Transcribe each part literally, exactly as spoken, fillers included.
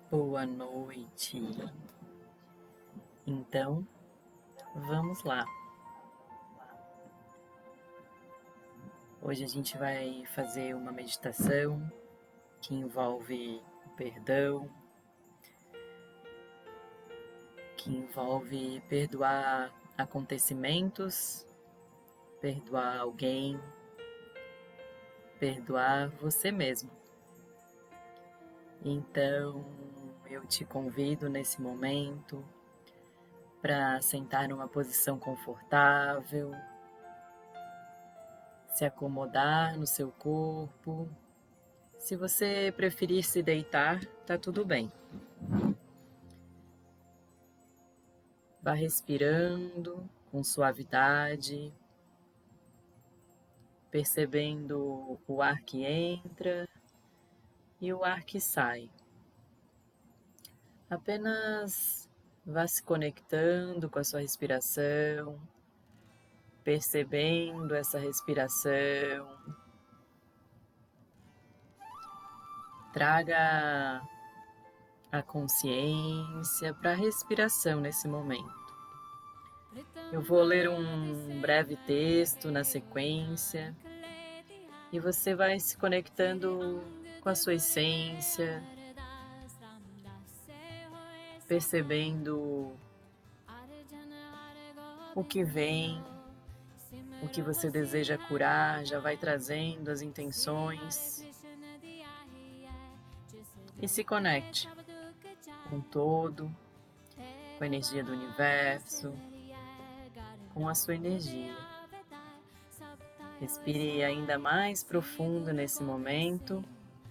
Boa noite. Então, vamos lá. Hoje a gente vai fazer uma meditação que envolve o perdão, que envolve perdoar acontecimentos, perdoar alguém, perdoar você mesmo. Então, eu te convido nesse momento para sentar numa posição confortável, se acomodar no seu corpo. Se você preferir se deitar, tá tudo bem. Vá respirando com suavidade, percebendo o ar que entra e o ar que sai. Apenas vá se conectando com a sua respiração, percebendo essa respiração. Traga a consciência para a respiração nesse momento. Eu vou ler um breve texto na sequência e você vai se conectando com a sua essência, percebendo o que vem, o que você deseja curar, já vai trazendo as intenções e se conecte com o todo, com a energia do universo, com a sua energia. Respire ainda mais profundo nesse momento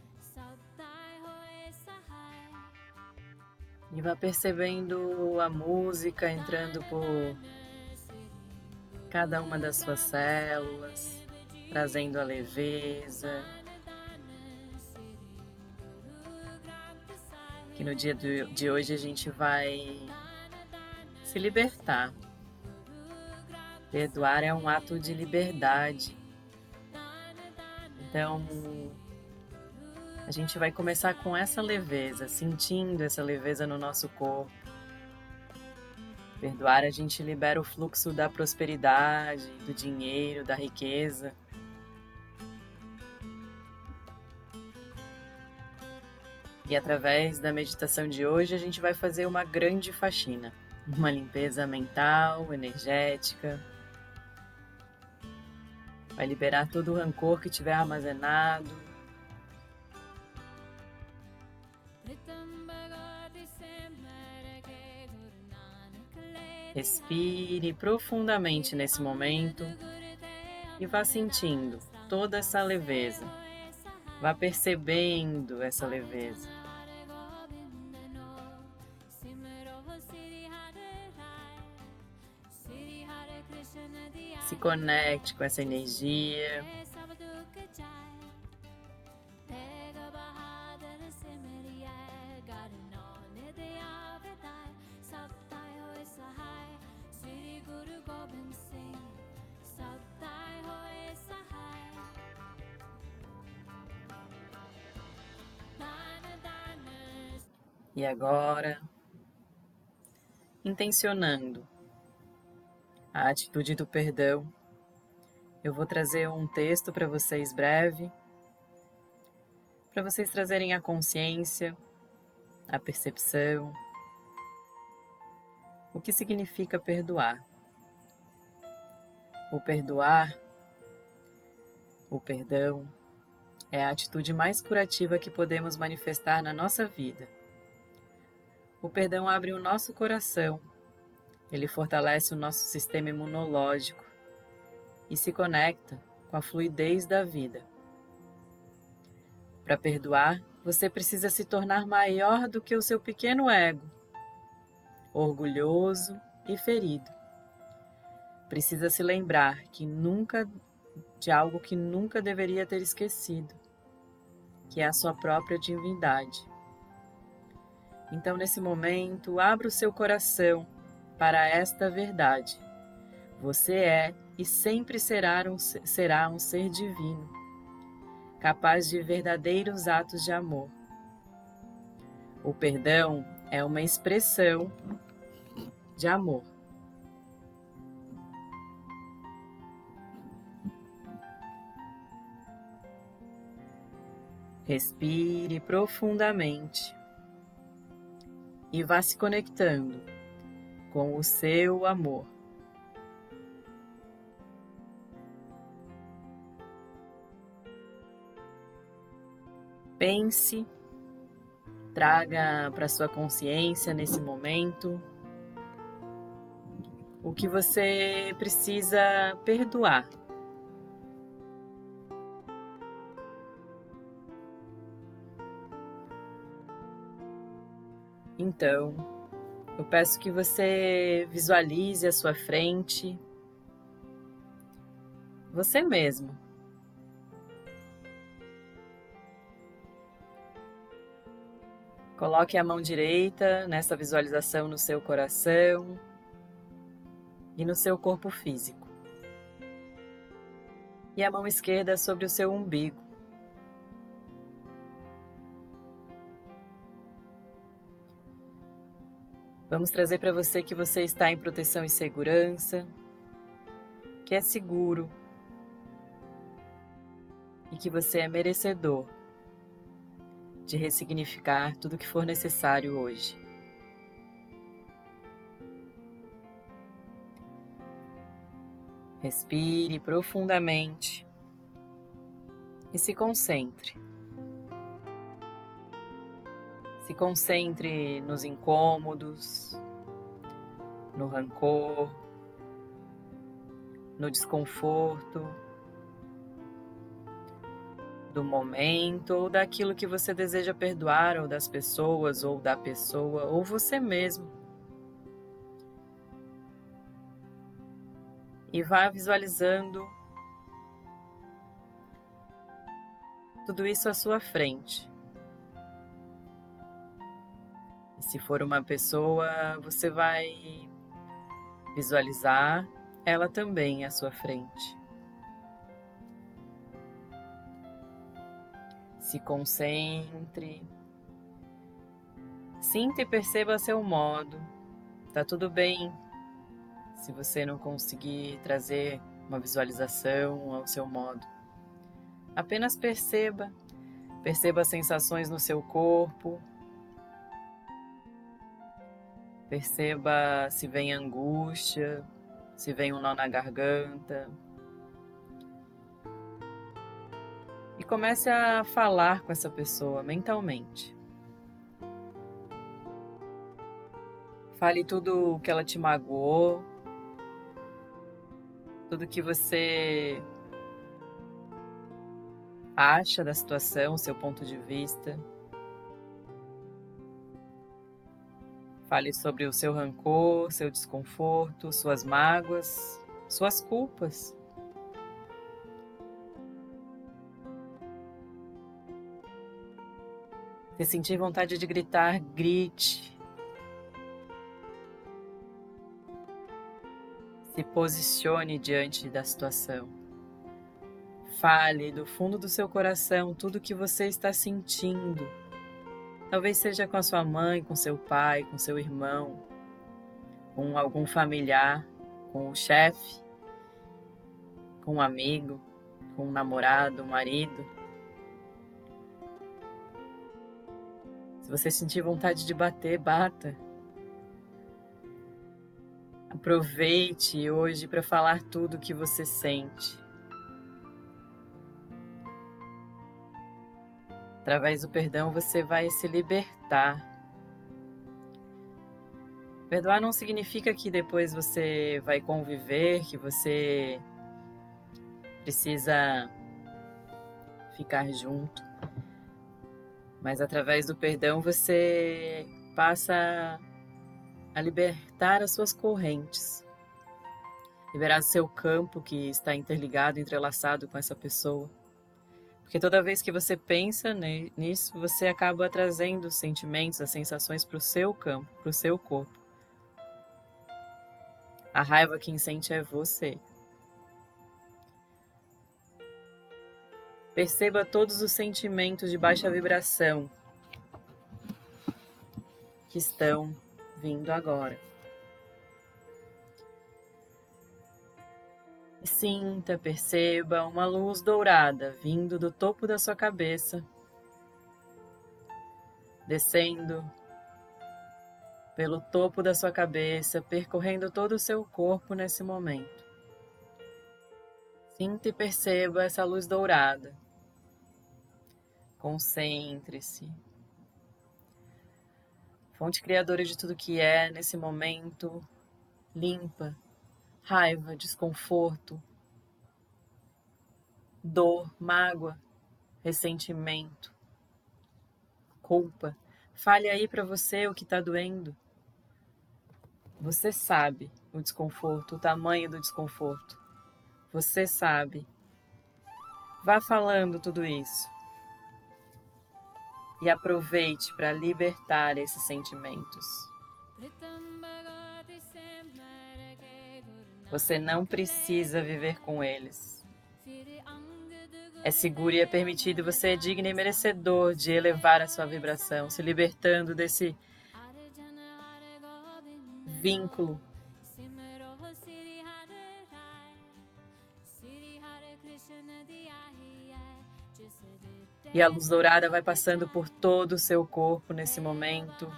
e vá percebendo a música entrando por cada uma das suas células, trazendo a leveza. Que no dia de hoje a gente vai se libertar. Perdoar é um ato de liberdade. Então, a gente vai começar com essa leveza, sentindo essa leveza no nosso corpo. Perdoar, a gente libera o fluxo da prosperidade, do dinheiro, da riqueza. E através da meditação de hoje, a gente vai fazer uma grande faxina. Uma limpeza mental, energética. Vai liberar todo o rancor que tiver armazenado. Respire profundamente nesse momento e vá sentindo toda essa leveza. Vá percebendo essa leveza. Se conecte com essa energia. E agora, intencionando a atitude do perdão, eu vou trazer um texto para vocês breve, para vocês trazerem a consciência, a percepção, o que significa perdoar. O perdoar, o perdão, é a atitude mais curativa que podemos manifestar na nossa vida. O perdão abre o nosso coração, ele fortalece o nosso sistema imunológico e se conecta com a fluidez da vida. Para perdoar, você precisa se tornar maior do que o seu pequeno ego, orgulhoso e ferido. Precisa se lembrar que nunca, de algo que nunca deveria ter esquecido, que é a sua própria divindade. Então, nesse momento, abra o seu coração para esta verdade. Você é e sempre será um, será um ser divino, capaz de verdadeiros atos de amor. O perdão é uma expressão de amor. Respire profundamente e vá se conectando com o seu amor. Pense, traga para sua consciência nesse momento o que você precisa perdoar. Então, eu peço que você visualize à sua frente você mesmo. Coloque a mão direita nessa visualização no seu coração e no seu corpo físico. E a mão esquerda sobre o seu umbigo. Vamos trazer para você que você está em proteção e segurança, que é seguro e que você é merecedor de ressignificar tudo o que for necessário hoje. Respire profundamente e se concentre. Se concentre nos incômodos, no rancor, no desconforto do momento ou daquilo que você deseja perdoar, ou das pessoas, ou da pessoa, ou você mesmo. E vá visualizando tudo isso à sua frente. E se for uma pessoa, você vai visualizar ela também à sua frente. Se concentre, sinta e perceba a seu modo. Tá tudo bem se você não conseguir trazer uma visualização ao seu modo. Apenas perceba, perceba as sensações no seu corpo, perceba se vem angústia, se vem um nó na garganta. E comece a falar com essa pessoa mentalmente. Fale tudo o que ela te magoou, tudo que você acha da situação, seu ponto de vista. Fale sobre o seu rancor, seu desconforto, suas mágoas, suas culpas. Se sentir vontade de gritar, grite. Se posicione diante da situação. Fale do fundo do seu coração tudo o que você está sentindo. Talvez seja com a sua mãe, com seu pai, com seu irmão, com algum familiar, com o chefe, com um amigo, com um namorado, um marido. Se você sentir vontade de bater, bata. Aproveite hoje para falar tudo o que você sente. Através do perdão você vai se libertar. Perdoar não significa que depois você vai conviver, que você precisa ficar junto. Mas através do perdão você passa a libertar as suas correntes. Liberar o seu campo que está interligado, entrelaçado com essa pessoa. Porque toda vez que você pensa nisso, você acaba trazendo os sentimentos, as sensações para o seu campo, para o seu corpo. A raiva quem sente é você. Perceba todos os sentimentos de baixa vibração que estão vindo agora. E sinta, perceba uma luz dourada vindo do topo da sua cabeça, descendo pelo topo da sua cabeça, percorrendo todo o seu corpo nesse momento. Sinta e perceba essa luz dourada. Concentre-se. Fonte criadora de tudo que é, nesse momento, limpa raiva, desconforto, dor, mágoa, ressentimento, culpa. Fale aí para você o que está doendo. Você sabe o desconforto, o tamanho do desconforto. Você sabe. Vá falando tudo isso. E aproveite para libertar esses sentimentos. Você não precisa viver com eles. É seguro e é permitido, você é digno e merecedor de elevar a sua vibração, se libertando desse vínculo. E a luz dourada vai passando por todo o seu corpo nesse momento,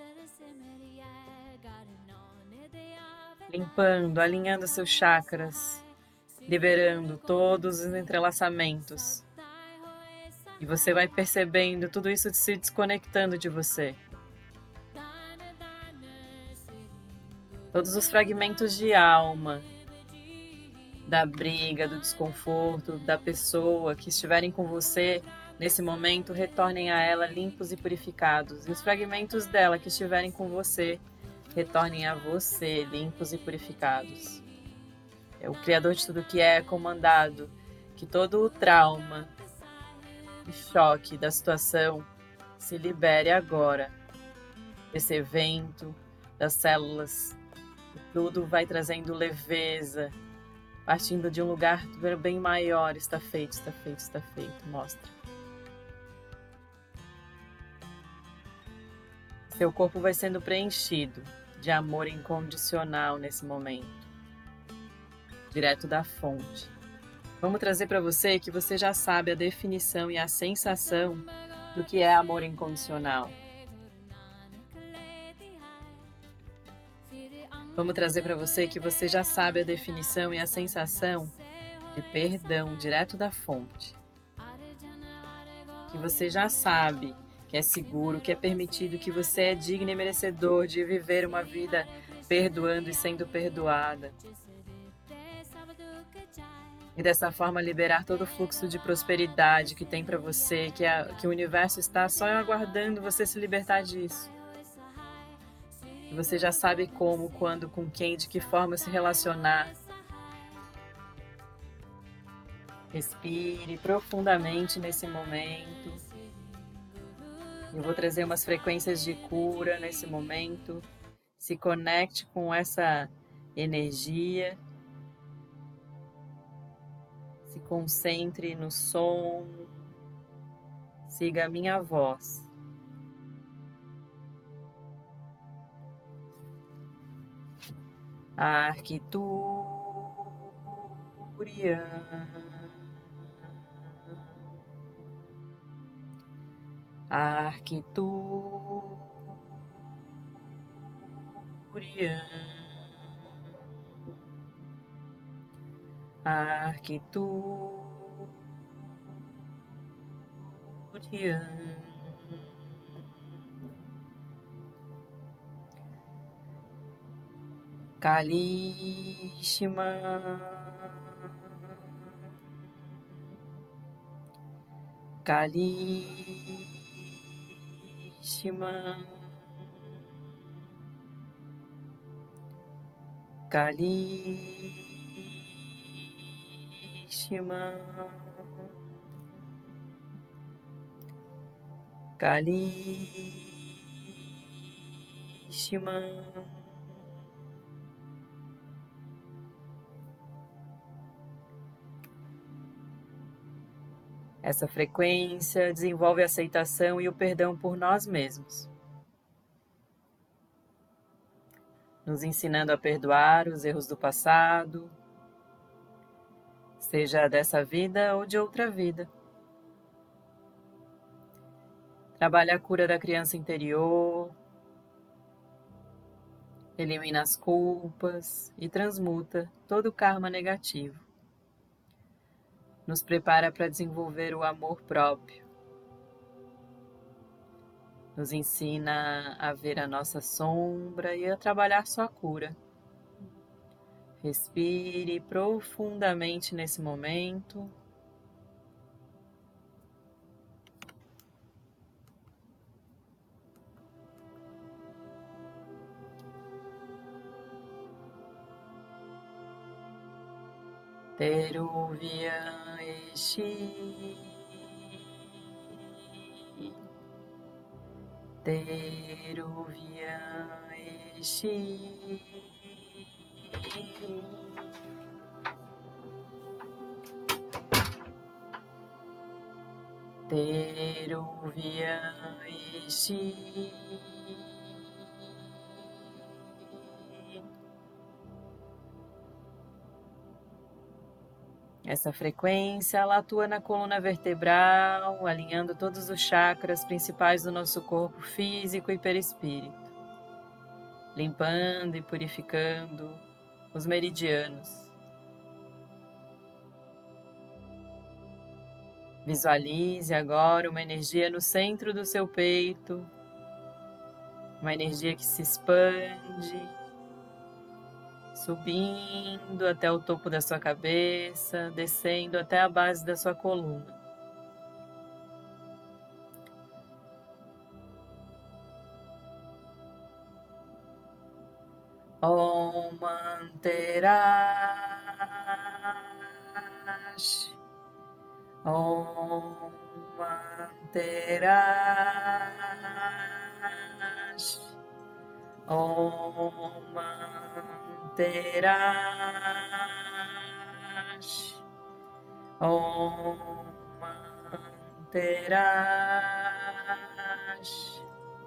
limpando, alinhando seus chakras, liberando todos os entrelaçamentos. E você vai percebendo tudo isso se desconectando de você. Todos os fragmentos de alma, da briga, do desconforto, da pessoa que estiverem com você nesse momento, retornem a ela limpos e purificados. E os fragmentos dela que estiverem com você, retornem a você limpos e purificados. É o Criador de tudo que é comandado, que todo o trauma e choque da situação se libere agora desse evento, das células. Tudo vai trazendo leveza, partindo de um lugar bem maior. Está feito, está feito, está feito. Mostra. Seu corpo vai sendo preenchido de amor incondicional nesse momento, direto da fonte. Vamos trazer para você que você já sabe a definição e a sensação do que é amor incondicional. Vamos trazer para você que você já sabe a definição e a sensação de perdão direto da fonte. Que você já sabe que é seguro, que é permitido, que você é digno e merecedor de viver uma vida perdoando e sendo perdoada. E dessa forma liberar todo o fluxo de prosperidade que tem para você, que, a, que o universo está só aguardando você se libertar disso. E você já sabe como, quando, com quem, de que forma se relacionar. Respire profundamente nesse momento. Eu vou trazer umas frequências de cura nesse momento. Se conecte com essa energia. Se concentre no som. Siga a minha voz. Arquiturian. Arquiturian. Arquiturian. Kalishma. Kalishma. Kalishma. Kalishma. Essa frequência desenvolve a aceitação e o perdão por nós mesmos. nos ensinando a perdoar os erros do passado, seja dessa vida ou de outra vida. Trabalha a cura da criança interior, elimina as culpas e transmuta todo o karma negativo. Nos prepara para desenvolver o amor próprio. Nos ensina a ver a nossa sombra e a trabalhar sua cura. Respire profundamente nesse momento. Teruvian Eshi, Teruvian Eshi, Teruvian Eshi. Essa frequência, ela atua na coluna vertebral, alinhando todos os chakras principais do nosso corpo físico e perispírito, limpando e purificando os meridianos. Visualize agora uma energia no centro do seu peito, uma energia que se expande, subindo até o topo da sua cabeça, descendo até a base da sua coluna. Om Manterash, Om Manterash, Om Manterash, Om Manterash.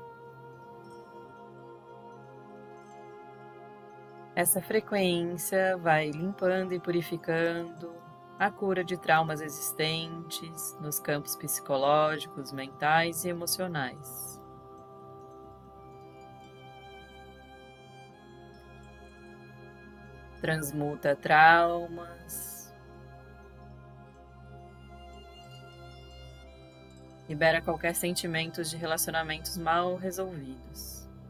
Essa frequência vai limpando e purificando a cura de traumas existentes nos campos psicológicos, mentais e emocionais. Transmuta traumas, libera qualquer sentimento de relacionamentos mal resolvidos.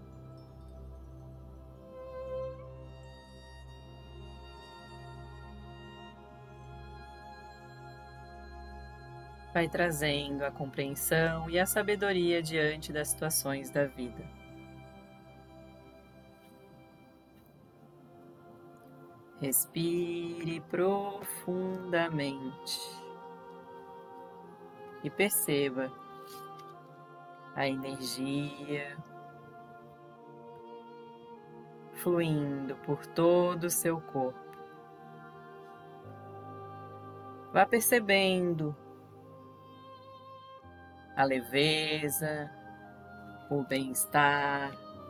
Vai trazendo a compreensão e a sabedoria diante das situações da vida. Respire profundamente e perceba a energia fluindo por todo o seu corpo. Vá percebendo a leveza, o bem-estar,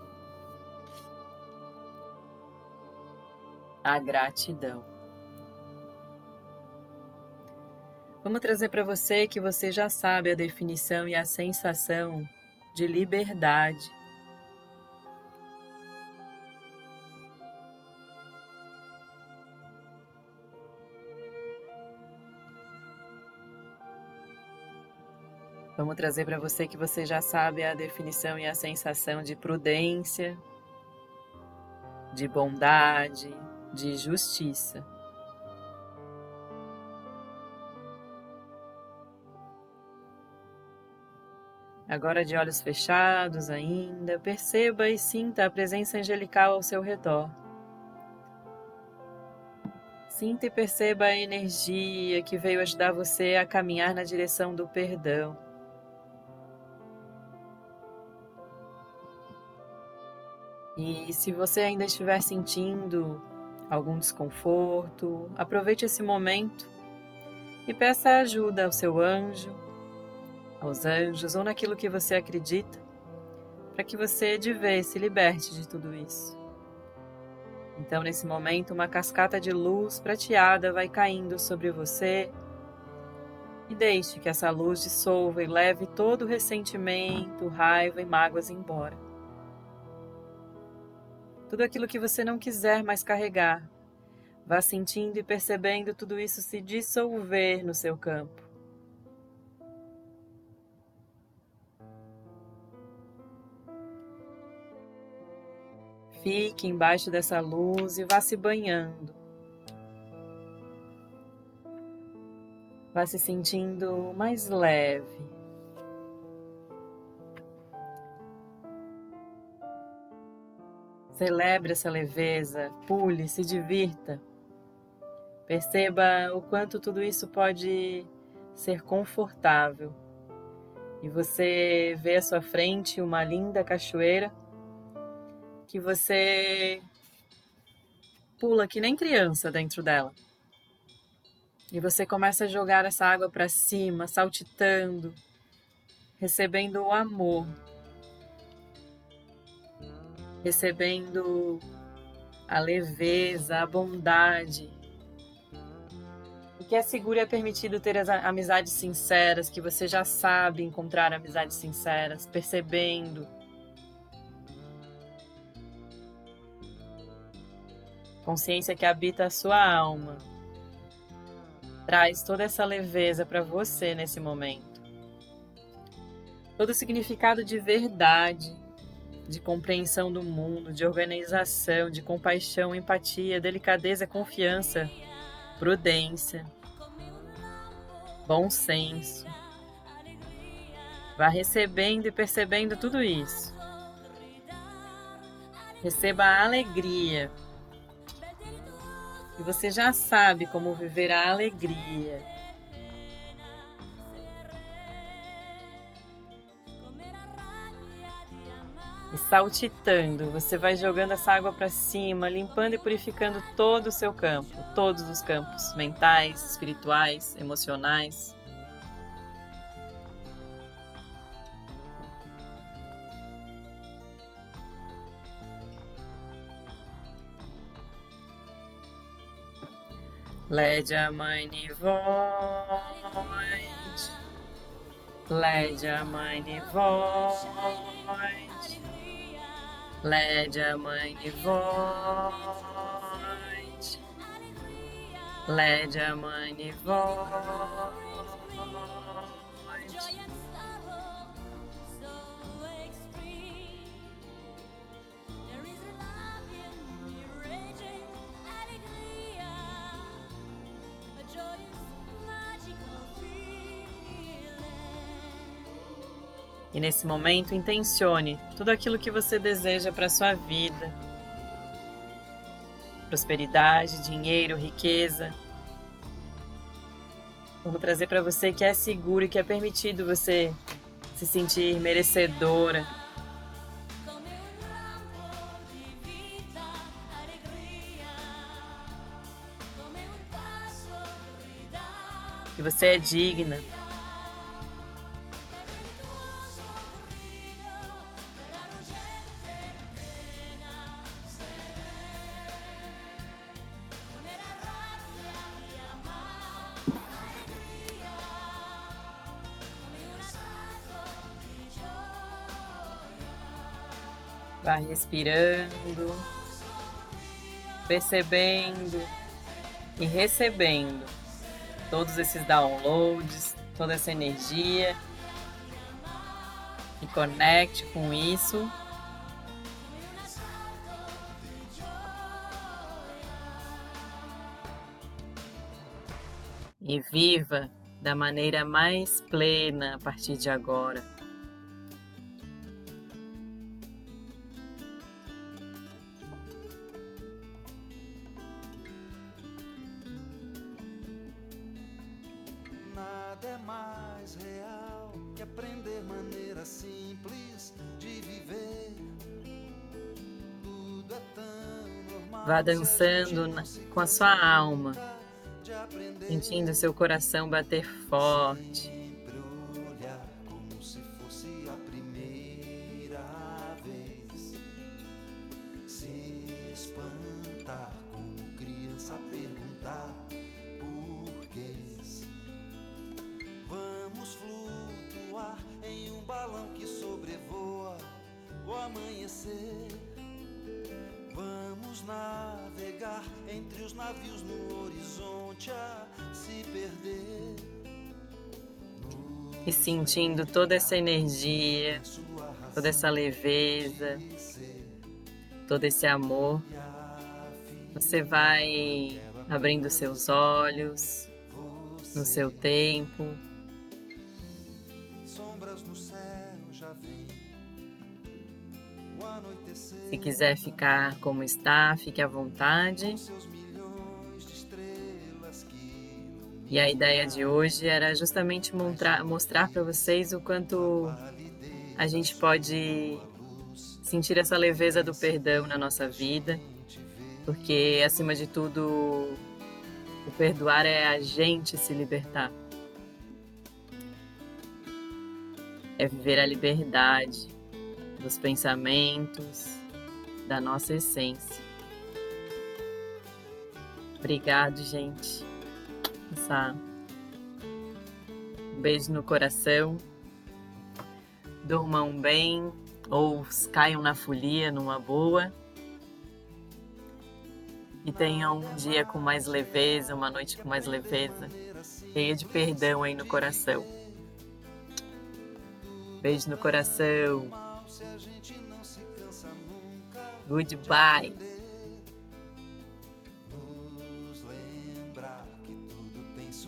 a gratidão. Vamos trazer para você que você já sabe a definição e a sensação de liberdade. Vamos trazer para você que você já sabe a definição e a sensação de prudência, de bondade, de justiça. Agora, de olhos fechados ainda, perceba e sinta a presença angelical ao seu redor. Sinta e perceba a energia que veio ajudar você a caminhar na direção do perdão. E se você ainda estiver sentindo algum desconforto, aproveite esse momento e peça ajuda ao seu anjo, aos anjos ou naquilo que você acredita, para que você de vez se liberte de tudo isso. Então, nesse momento, uma cascata de luz prateada vai caindo sobre você e deixe que essa luz dissolva e leve todo o ressentimento, raiva e mágoas embora. Tudo aquilo que você não quiser mais carregar, vá sentindo e percebendo tudo isso se dissolver no seu campo. Fique embaixo dessa luz e vá se banhando. Vá se sentindo mais leve. Celebre essa leveza, pule, se divirta. Perceba o quanto tudo isso pode ser confortável. E você vê à sua frente uma linda cachoeira que você pula que nem criança dentro dela. E você começa a jogar essa água para cima, saltitando, recebendo o amor, recebendo a leveza, a bondade. O que é seguro e é permitido ter as amizades sinceras, que você já sabe encontrar amizades sinceras, percebendo. Consciência que habita a sua alma. Traz toda essa leveza para você nesse momento. Todo o significado de verdade, de compreensão do mundo, de organização, de compaixão, empatia, delicadeza, confiança, prudência, bom senso. Vá recebendo e percebendo tudo isso. Receba a alegria. E você já sabe como viver a alegria. E saltitando, você vai jogando essa água para cima, limpando e purificando todo o seu campo, todos os campos mentais, espirituais, emocionais. Legia Mãe Void, Legia Mãe Void, Legia Mãe Void, Legia Mãe Void. E nesse momento, intencione tudo aquilo que você deseja para a sua vida. Prosperidade, dinheiro, riqueza. Vamos trazer para você que é seguro e que é permitido você se sentir merecedora. Que você é digna. Vai respirando, percebendo e recebendo todos esses downloads, toda essa energia. E conecte com isso. E viva da maneira mais plena a partir de agora. Nada é mais real que aprender maneira simples de viver. Tudo é tão normal. Vá dançando na, com a sua alma, sentindo seu coração bater forte. Sempre olhar como se fosse a primeira vez. Se espantar navegar entre os navios no horizonte a se perder. E sentindo toda essa energia, toda essa leveza, todo esse amor, você vai abrindo seus olhos no seu tempo. Se quiser ficar como está, fique à vontade. E a ideia de hoje era justamente mostrar, mostrar para vocês o quanto a gente pode sentir essa leveza do perdão na nossa vida, porque, acima de tudo, o perdoar é a gente se libertar. É viver a liberdade dos pensamentos, da nossa essência. Obrigado, gente. Essa... Um beijo no coração. Durmam bem ou caiam na folia numa boa. E tenham um dia com mais leveza, uma noite com mais leveza, cheia de perdão aí no coração. Beijo no coração. Goodbye.